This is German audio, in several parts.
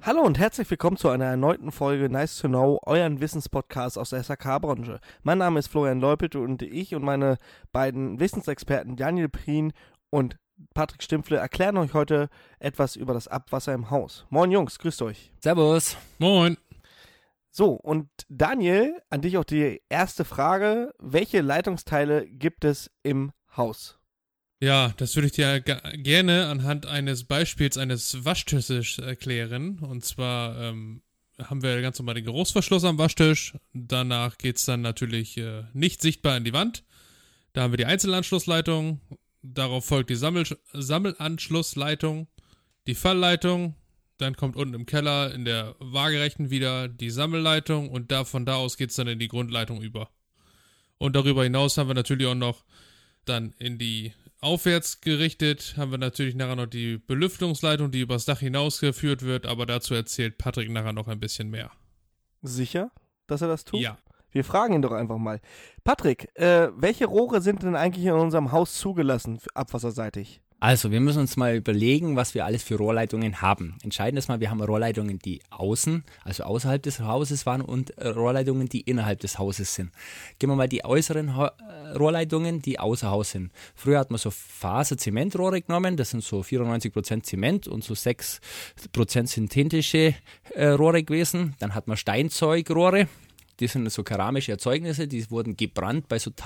Hallo und herzlich willkommen zu einer erneuten Folge Nice to Know, euren Wissenspodcast aus der SAK-Branche. Mein Name ist Florian Leupelt und ich und meine beiden Wissensexperten Daniel Prien und Patrick Stimpfle erklären euch heute etwas über das Abwasser im Haus. Moin Jungs, grüßt euch. Servus. Moin. So, und Daniel, an dich auch die erste Frage. Welche Leitungsteile gibt es im Haus? Ja, das würde ich dir gerne anhand eines Beispiels eines Waschtisches erklären. Und zwar haben wir ganz normal den Geruchsverschluss am Waschtisch. Danach geht es dann natürlich nicht sichtbar in die Wand. Da haben wir die Einzelanschlussleitung. Darauf folgt die Sammelanschlussleitung, die Fallleitung. Dann kommt unten im Keller in der Waagerechten wieder die Sammelleitung. Und von da aus geht es dann in die Grundleitung über. Und darüber hinaus haben wir natürlich auch noch dann in die aufwärts gerichtet, haben wir natürlich nachher noch die Belüftungsleitung, die übers Dach hinausgeführt wird, aber dazu erzählt Patrick nachher noch ein bisschen mehr. Sicher, dass er das tut? Ja. Wir fragen ihn doch einfach mal. Patrick, welche Rohre sind denn eigentlich in unserem Haus zugelassen, abwasserseitig? Also, wir müssen uns mal überlegen, was wir alles für Rohrleitungen haben. Entscheidend ist mal, wir haben Rohrleitungen, die außen, also außerhalb des Hauses waren und Rohrleitungen, die innerhalb des Hauses sind. Gehen wir mal die äußeren Rohrleitungen, die außer Haus sind. Früher hat man so Faser-Zementrohre genommen, das sind so 94% Zement und so 6% synthetische Rohre gewesen. Dann hat man Steinzeugrohre. Die sind so keramische Erzeugnisse, die wurden gebrannt bei so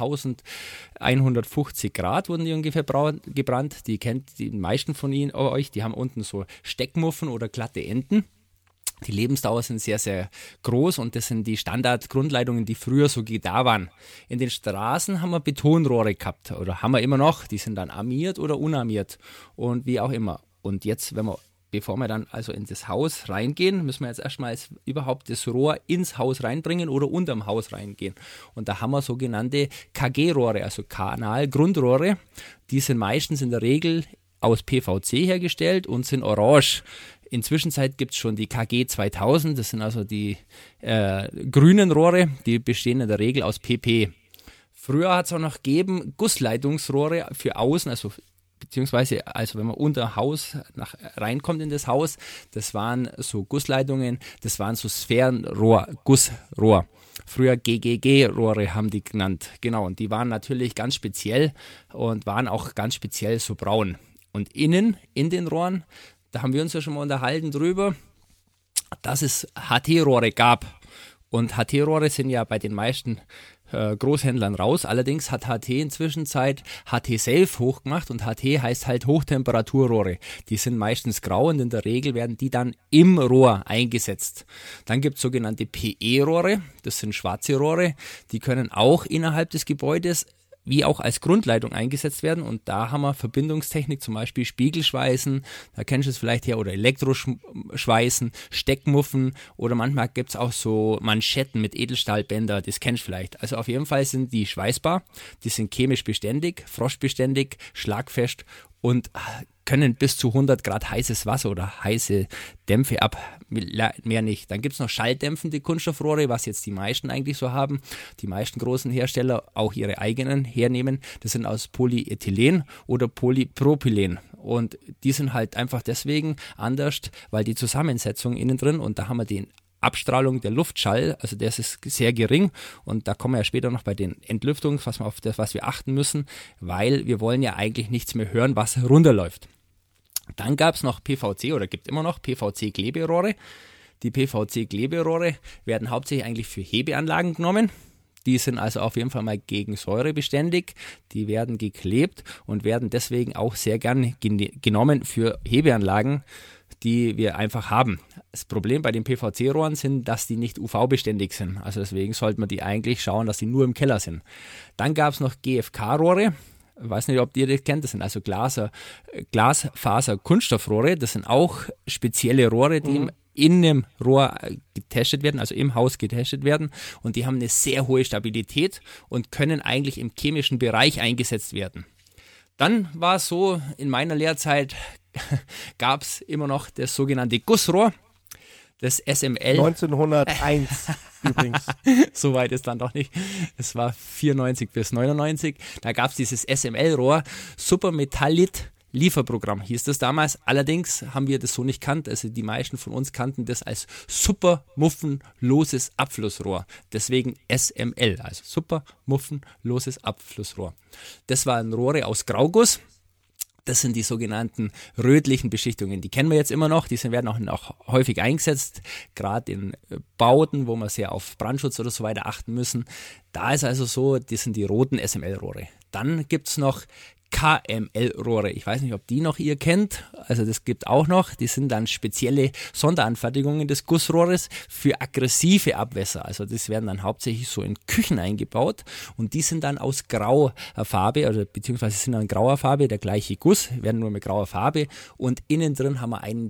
1150 Grad wurden die ungefähr gebrannt. Die kennt die meisten von euch, die haben unten so Steckmuffen oder glatte Enden. Die Lebensdauer sind sehr, sehr groß und das sind die Standardgrundleitungen, die früher so da waren. In den Straßen haben wir Betonrohre gehabt oder haben wir immer noch, die sind dann armiert oder unarmiert und wie auch immer. Und jetzt, bevor wir dann also in das Haus reingehen, müssen wir jetzt erstmal überhaupt das Rohr ins Haus reinbringen oder unterm Haus reingehen. Und da haben wir sogenannte KG-Rohre, also Kanalgrundrohre. Die sind meistens in der Regel aus PVC hergestellt und sind orange. Inzwischen gibt es schon die KG 2000, das sind also die grünen Rohre, die bestehen in der Regel aus PP. Früher hat es auch noch gegeben Gussleitungsrohre für außen, beziehungsweise wenn man unter Haus reinkommt in das Haus, das waren so Gussleitungen, das waren so Sphärenrohr, Gussrohr. Früher GGG-Rohre haben die genannt, genau, und die waren natürlich ganz speziell und waren auch ganz speziell so braun. Und innen, in den Rohren, da haben wir uns ja schon mal unterhalten drüber, dass es HT-Rohre gab. Und HT-Rohre sind ja bei den meisten Großhändlern raus. Allerdings hat HT inzwischen HT Safe hochgemacht und HT heißt halt Hochtemperaturrohre. Die sind meistens grau und in der Regel werden die dann im Rohr eingesetzt. Dann gibt es sogenannte PE-Rohre, das sind schwarze Rohre, die können auch innerhalb des Gebäudes wie auch als Grundleitung eingesetzt werden und da haben wir Verbindungstechnik, zum Beispiel Spiegelschweißen, da kennst du es vielleicht her, oder Elektroschweißen, Steckmuffen oder manchmal gibt es auch so Manschetten mit Edelstahlbänder, das kennst du vielleicht. Also auf jeden Fall sind die schweißbar, die sind chemisch beständig, frostbeständig, schlagfest und können bis zu 100 Grad heißes Wasser oder heiße Dämpfe ab, mehr nicht. Dann gibt es noch schalldämpfende Kunststoffrohre, was jetzt die meisten eigentlich so haben. Die meisten großen Hersteller auch ihre eigenen hernehmen. Das sind aus Polyethylen oder Polypropylen. Und die sind halt einfach deswegen anders, weil die Zusammensetzung innen drin, und da haben wir die Abstrahlung der Luftschall, also das ist sehr gering und da kommen wir ja später noch bei den Entlüftungen, auf das, was wir achten müssen, weil wir wollen ja eigentlich nichts mehr hören, was runterläuft. Dann gab es noch PVC oder gibt immer noch PVC-Kleberohre. Die PVC-Kleberohre werden hauptsächlich eigentlich für Hebeanlagen genommen. Die sind also auf jeden Fall mal gegen Säure beständig. Die werden geklebt und werden deswegen auch sehr gern genommen für Hebeanlagen, die wir einfach haben. Das Problem bei den PVC-Rohren sind, dass die nicht UV-beständig sind. Also deswegen sollte man die eigentlich schauen, dass die nur im Keller sind. Dann gab es noch GFK-Rohre. Ich weiß nicht, ob ihr das kennt. Das sind also Glasfaser-Kunststoffrohre. Das sind auch spezielle Rohre, die in dem Rohr getestet werden, also im Haus getestet werden. Und die haben eine sehr hohe Stabilität und können eigentlich im chemischen Bereich eingesetzt werden. Dann war es so, in meiner Lehrzeit gab es immer noch das sogenannte Gussrohr, das SML. 1901 übrigens. Soweit ist dann doch nicht. Es war 94 bis 99. Da gab es dieses SML-Rohr, Supermetallit Lieferprogramm hieß das damals. Allerdings haben wir das so nicht kannt. Also die meisten von uns kannten das als super muffenloses Abflussrohr. Deswegen SML, also super muffenloses Abflussrohr. Das waren Rohre aus Grauguss. Das sind die sogenannten rötlichen Beschichtungen. Die kennen wir jetzt immer noch, die werden auch häufig eingesetzt, gerade in Bauten, wo wir sehr auf Brandschutz oder so weiter achten müssen. Da ist also so, das sind die roten SML-Rohre. Dann gibt es noch KML-Rohre. Ich weiß nicht, ob die noch ihr kennt. Also das gibt auch noch. Die sind dann spezielle Sonderanfertigungen des Gussrohres für aggressive Abwässer. Also das werden dann hauptsächlich so in Küchen eingebaut und die sind dann aus grauer Farbe oder beziehungsweise sind dann grauer Farbe, der gleiche Guss, werden nur mit grauer Farbe und innen drin haben wir eine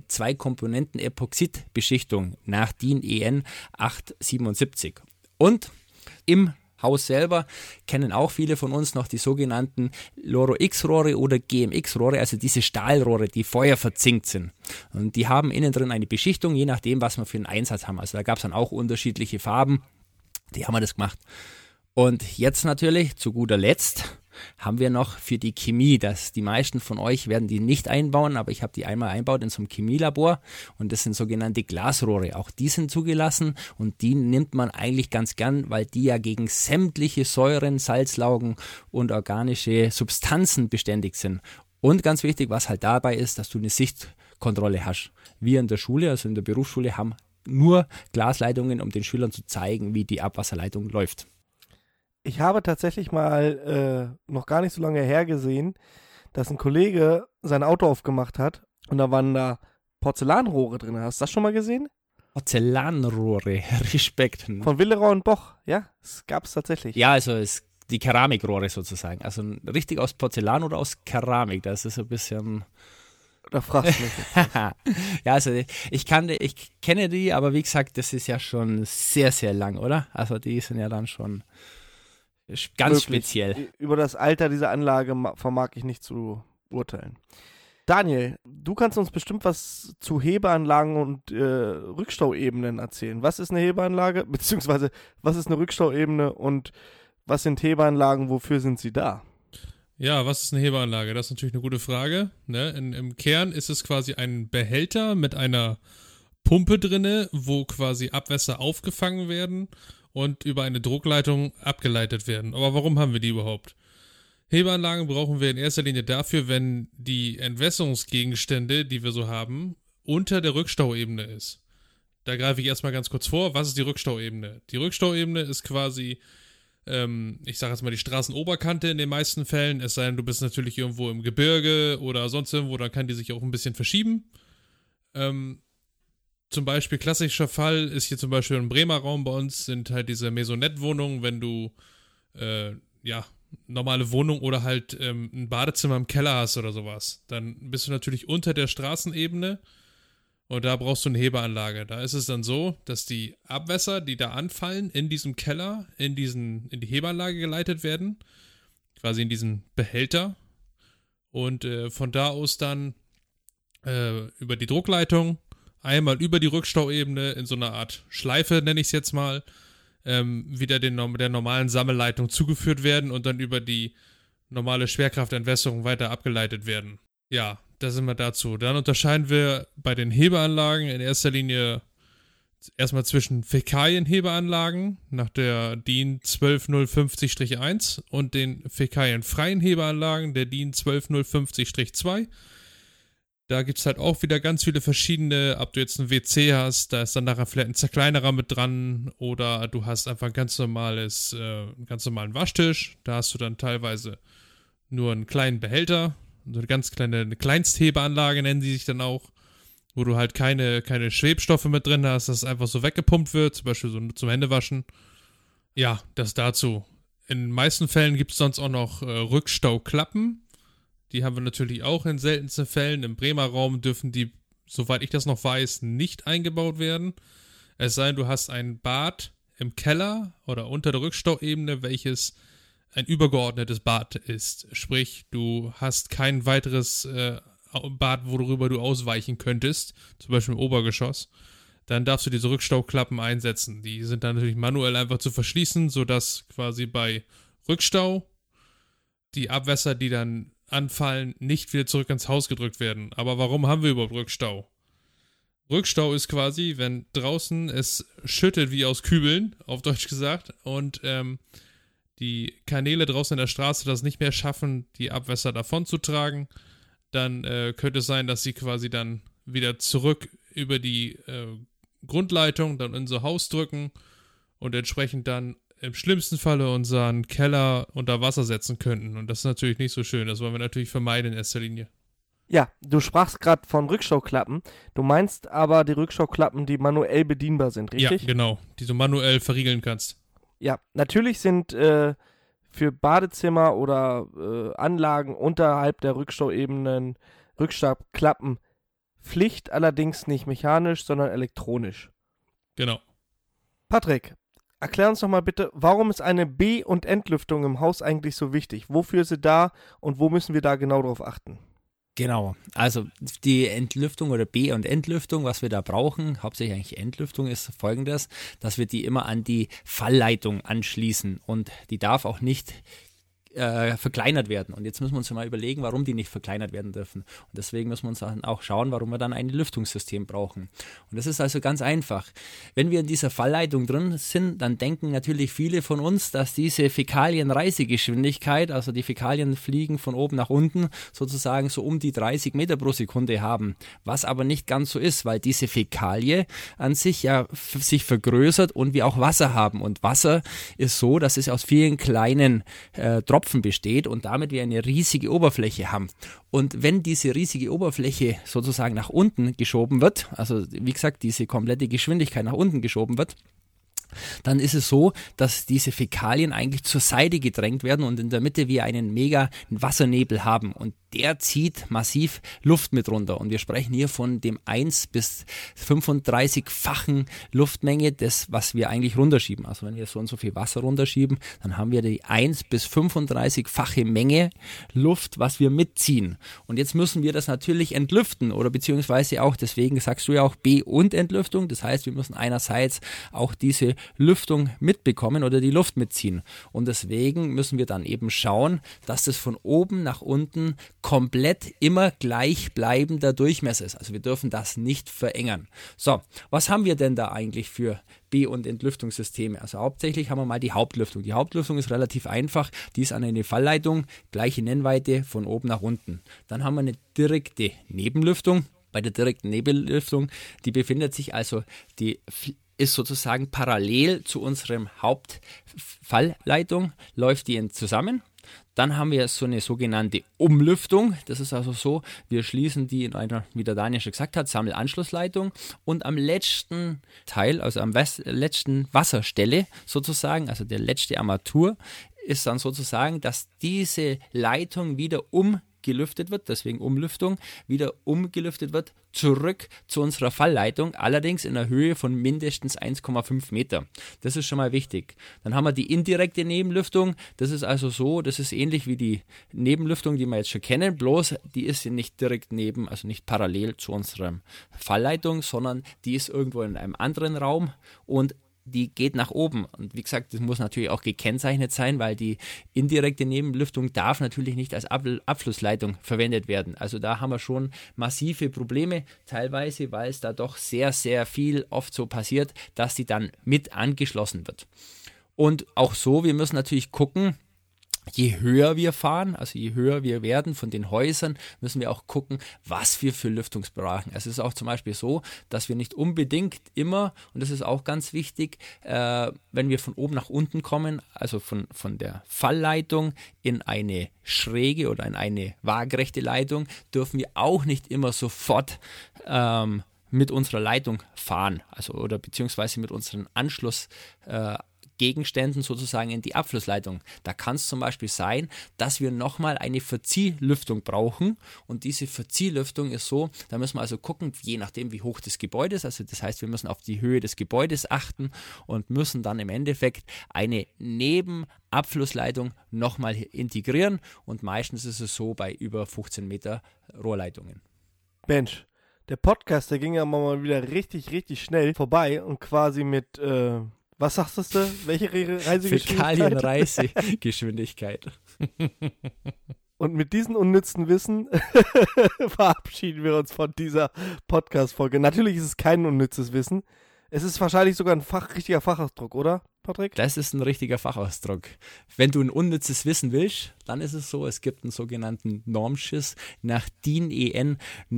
2-Komponenten-Epoxidbeschichtung nach DIN EN 877. Und im Haus selber kennen auch viele von uns noch die sogenannten Loro-X-Rohre oder GMX-Rohre, also diese Stahlrohre, die feuerverzinkt sind. Und die haben innen drin eine Beschichtung, je nachdem, was wir für einen Einsatz haben. Also da gab es dann auch unterschiedliche Farben, die haben wir das gemacht. Und jetzt natürlich, zu guter Letzt, haben wir noch für die Chemie, die meisten von euch werden die nicht einbauen, aber ich habe die einmal einbaut in so einem Chemielabor und das sind sogenannte Glasrohre. Auch die sind zugelassen und die nimmt man eigentlich ganz gern, weil die ja gegen sämtliche Säuren, Salzlaugen und organische Substanzen beständig sind. Und ganz wichtig, was halt dabei ist, dass du eine Sichtkontrolle hast. Wir in der Schule, also in der Berufsschule, haben nur Glasleitungen, um den Schülern zu zeigen, wie die Abwasserleitung läuft. Ich habe tatsächlich mal noch gar nicht so lange her gesehen, dass ein Kollege sein Auto aufgemacht hat und da waren da Porzellanrohre drin. Hast du das schon mal gesehen? Porzellanrohre, Respekt. Von Willeroy und Boch, ja, das gab es tatsächlich. Ja, also die Keramikrohre sozusagen. Also richtig aus Porzellan oder aus Keramik, das ist ein bisschen... Da fragst du mich jetzt. Ja, also ich kenne die, aber wie gesagt, das ist ja schon sehr, sehr lang, oder? Also die sind ja dann schon... Ganz Wirklich. Speziell. Über das Alter dieser Anlage vermag ich nicht zu urteilen. Daniel, du kannst uns bestimmt was zu Hebeanlagen und Rückstauebenen erzählen. Was ist eine Hebeanlage, beziehungsweise was ist eine Rückstauebene und was sind Hebeanlagen, wofür sind sie da? Ja, was ist eine Hebeanlage? Das ist natürlich eine gute Frage. Ne? Im Kern ist es quasi ein Behälter mit einer Pumpe drinne, wo quasi Abwässer aufgefangen werden und über eine Druckleitung abgeleitet werden. Aber warum haben wir die überhaupt? Hebeanlagen brauchen wir in erster Linie dafür, wenn die Entwässerungsgegenstände, die wir so haben, unter der Rückstauebene ist. Da greife ich erstmal ganz kurz vor. Was ist die Rückstauebene? Die Rückstauebene ist quasi, ich sage jetzt mal die Straßenoberkante in den meisten Fällen, es sei denn, du bist natürlich irgendwo im Gebirge oder sonst irgendwo, dann kann die sich auch ein bisschen verschieben. Zum Beispiel, klassischer Fall ist hier zum Beispiel im Bremer Raum bei uns, sind halt diese Maisonette-Wohnungen, wenn du, normale Wohnung oder halt ein Badezimmer im Keller hast oder sowas. Dann bist du natürlich unter der Straßenebene und da brauchst du eine Hebeanlage. Da ist es dann so, dass die Abwässer, die da anfallen, in diesem Keller, in die Hebeanlage geleitet werden, quasi in diesen Behälter und von da aus dann über die Druckleitung einmal über die Rückstauebene in so einer Art Schleife, nenne ich es jetzt mal, wieder der normalen Sammelleitung zugeführt werden und dann über die normale Schwerkraftentwässerung weiter abgeleitet werden. Ja, da sind wir dazu. Dann unterscheiden wir bei den Hebeanlagen in erster Linie erstmal zwischen Fäkalienhebeanlagen nach der DIN 12050-1 und den fäkalienfreien Hebeanlagen der DIN 12050-2. Da gibt es halt auch wieder ganz viele verschiedene, ob du jetzt einen WC hast, da ist dann nachher vielleicht ein zerkleinerer mit dran oder du hast einfach einen ganz normalen Waschtisch, da hast du dann teilweise nur einen kleinen Behälter, so eine Kleinsthebeanlage nennen die sich dann auch, wo du halt keine Schwebstoffe mit drin hast, dass es einfach so weggepumpt wird, zum Beispiel so zum Händewaschen. Ja, das dazu. In den meisten Fällen gibt es sonst auch noch Rückstauklappen. Die haben wir natürlich auch in seltensten Fällen. Im Bremer Raum dürfen die, soweit ich das noch weiß, nicht eingebaut werden. Es sei denn, du hast ein Bad im Keller oder unter der Rückstauebene, welches ein übergeordnetes Bad ist. Sprich, du hast kein weiteres Bad, worüber du ausweichen könntest, zum Beispiel im Obergeschoss. Dann darfst du diese Rückstauklappen einsetzen. Die sind dann natürlich manuell einfach zu verschließen, sodass quasi bei Rückstau die Abwässer, die dann anfallen, nicht wieder zurück ins Haus gedrückt werden. Aber warum haben wir überhaupt Rückstau? Rückstau ist quasi, wenn draußen es schüttet wie aus Kübeln, auf Deutsch gesagt, und die Kanäle draußen in der Straße das nicht mehr schaffen, die Abwässer davon zu tragen, dann könnte es sein, dass sie quasi dann wieder zurück über die Grundleitung dann in unser Haus drücken und entsprechend dann im schlimmsten Falle unseren Keller unter Wasser setzen könnten. Und das ist natürlich nicht so schön. Das wollen wir natürlich vermeiden in erster Linie. Ja, du sprachst gerade von Rückstauklappen. Du meinst aber die Rückstauklappen, die manuell bedienbar sind, richtig? Ja, genau. Die du manuell verriegeln kannst. Ja, natürlich sind für Badezimmer oder Anlagen unterhalb der Rückstauebenen Rückstauklappen Pflicht, allerdings nicht mechanisch, sondern elektronisch. Genau. Patrick, erklär uns doch mal bitte, warum ist eine B- und Entlüftung im Haus eigentlich so wichtig? Wofür ist sie da und wo müssen wir da genau drauf achten? Genau, also die Entlüftung oder B- und Entlüftung, was wir da brauchen, hauptsächlich eigentlich Entlüftung, ist folgendes, dass wir die immer an die Fallleitung anschließen und die darf auch nicht verkleinert werden. Und jetzt müssen wir uns mal überlegen, warum die nicht verkleinert werden dürfen. Und deswegen müssen wir uns dann auch schauen, warum wir dann ein Lüftungssystem brauchen. Und das ist also ganz einfach. Wenn wir in dieser Fallleitung drin sind, dann denken natürlich viele von uns, dass diese Fäkalien-Reisegeschwindigkeit, also die Fäkalien fliegen von oben nach unten, sozusagen so um die 30 Meter pro Sekunde haben. Was aber nicht ganz so ist, weil diese Fäkalie an sich ja sich vergrößert und wir auch Wasser haben. Und Wasser ist so, dass es aus vielen kleinen Tropfen besteht und damit wir eine riesige Oberfläche haben. Und wenn diese riesige Oberfläche sozusagen nach unten geschoben wird, also wie gesagt, diese komplette Geschwindigkeit nach unten geschoben wird, dann ist es so, dass diese Fäkalien eigentlich zur Seite gedrängt werden und in der Mitte wir einen mega Wassernebel haben und der zieht massiv Luft mit runter und wir sprechen hier von dem 1 bis 35-fachen Luftmenge des, was wir eigentlich runterschieben. Also wenn wir so und so viel Wasser runterschieben, dann haben wir die 1 bis 35-fache Menge Luft, was wir mitziehen. Und jetzt müssen wir das natürlich entlüften oder beziehungsweise auch, deswegen sagst du ja auch B- und Entlüftung, das heißt, wir müssen einerseits auch diese Lüftung mitbekommen oder die Luft mitziehen. Und deswegen müssen wir dann eben schauen, dass das von oben nach unten komplett immer gleichbleibender Durchmesser ist. Also wir dürfen das nicht verengern. So, was haben wir denn da eigentlich für B- und Entlüftungssysteme? Also hauptsächlich haben wir mal die Hauptlüftung. Die Hauptlüftung ist relativ einfach. Die ist an eine Fallleitung, gleiche Nennweite von oben nach unten. Dann haben wir eine direkte Nebenlüftung. Bei der direkten Nebenlüftung, die befindet sich also, die ist sozusagen parallel zu unserem Hauptfallleitung, läuft die zusammen. Dann haben wir so eine sogenannte Umlüftung. Das ist also so, wir schließen die in einer, wie der Daniel schon gesagt hat, Sammelanschlussleitung und am letzten Teil, also am letzten Wasserstelle sozusagen, also der letzte Armatur, ist dann sozusagen, dass diese Leitung wieder umgelüftet wird, deswegen Umlüftung, wieder umgelüftet wird, zurück zu unserer Fallleitung, allerdings in einer Höhe von mindestens 1,5 Meter. Das ist schon mal wichtig. Dann haben wir die indirekte Nebenlüftung. Das ist also so, das ist ähnlich wie die Nebenlüftung, die wir jetzt schon kennen, bloß die ist nicht direkt neben, also nicht parallel zu unserer Fallleitung, sondern die ist irgendwo in einem anderen Raum und die geht nach oben. Und wie gesagt, das muss natürlich auch gekennzeichnet sein, weil die indirekte Nebenlüftung darf natürlich nicht als Abflussleitung verwendet werden. Also da haben wir schon massive Probleme, teilweise, weil es da doch sehr, sehr viel oft so passiert, dass die dann mit angeschlossen wird. Und auch so, wir müssen natürlich gucken, je höher wir fahren, also je höher wir werden von den Häusern, müssen wir auch gucken, was wir für Lüftung brauchen. Es ist auch zum Beispiel so, dass wir nicht unbedingt immer, und das ist auch ganz wichtig, wenn wir von oben nach unten kommen, also von der Fallleitung in eine schräge oder in eine waagerechte Leitung, dürfen wir auch nicht immer sofort mit unserer Leitung fahren, also oder beziehungsweise mit unseren Anschlussgegenständen sozusagen in die Abflussleitung. Da kann es zum Beispiel sein, dass wir nochmal eine Verziehlüftung brauchen und diese Verziehlüftung ist so, da müssen wir also gucken, je nachdem wie hoch das Gebäude ist, also das heißt, wir müssen auf die Höhe des Gebäudes achten und müssen dann im Endeffekt eine Nebenabflussleitung nochmal integrieren und meistens ist es so bei über 15 Meter Rohrleitungen. Mensch, der Podcast, der ging ja mal wieder richtig, richtig schnell vorbei und quasi mit was sagst du? Welche Reisegeschwindigkeit? Fäkalien-Reisegeschwindigkeit. Und mit diesem unnützen Wissen verabschieden wir uns von dieser Podcast-Folge. Natürlich ist es kein unnützes Wissen. Es ist wahrscheinlich sogar ein richtiger Fachausdruck, oder, Patrick? Das ist ein richtiger Fachausdruck. Wenn du ein unnützes Wissen willst, dann ist es so, es gibt einen sogenannten Normschiss nach DIN EN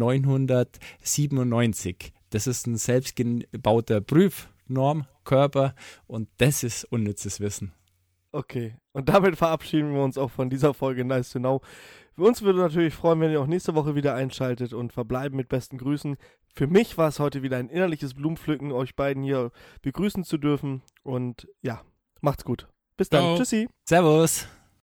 997. Das ist ein selbstgebauter Prüfnormkörper und das ist unnützes Wissen. Okay, und damit verabschieden wir uns auch von dieser Folge Nice to Know. Für uns würde natürlich freuen, wenn ihr auch nächste Woche wieder einschaltet und verbleiben mit besten Grüßen. Für mich war es heute wieder ein innerliches Blumenpflücken, euch beiden hier begrüßen zu dürfen. Und ja, macht's gut. Bis dann. Ciao. Tschüssi. Servus.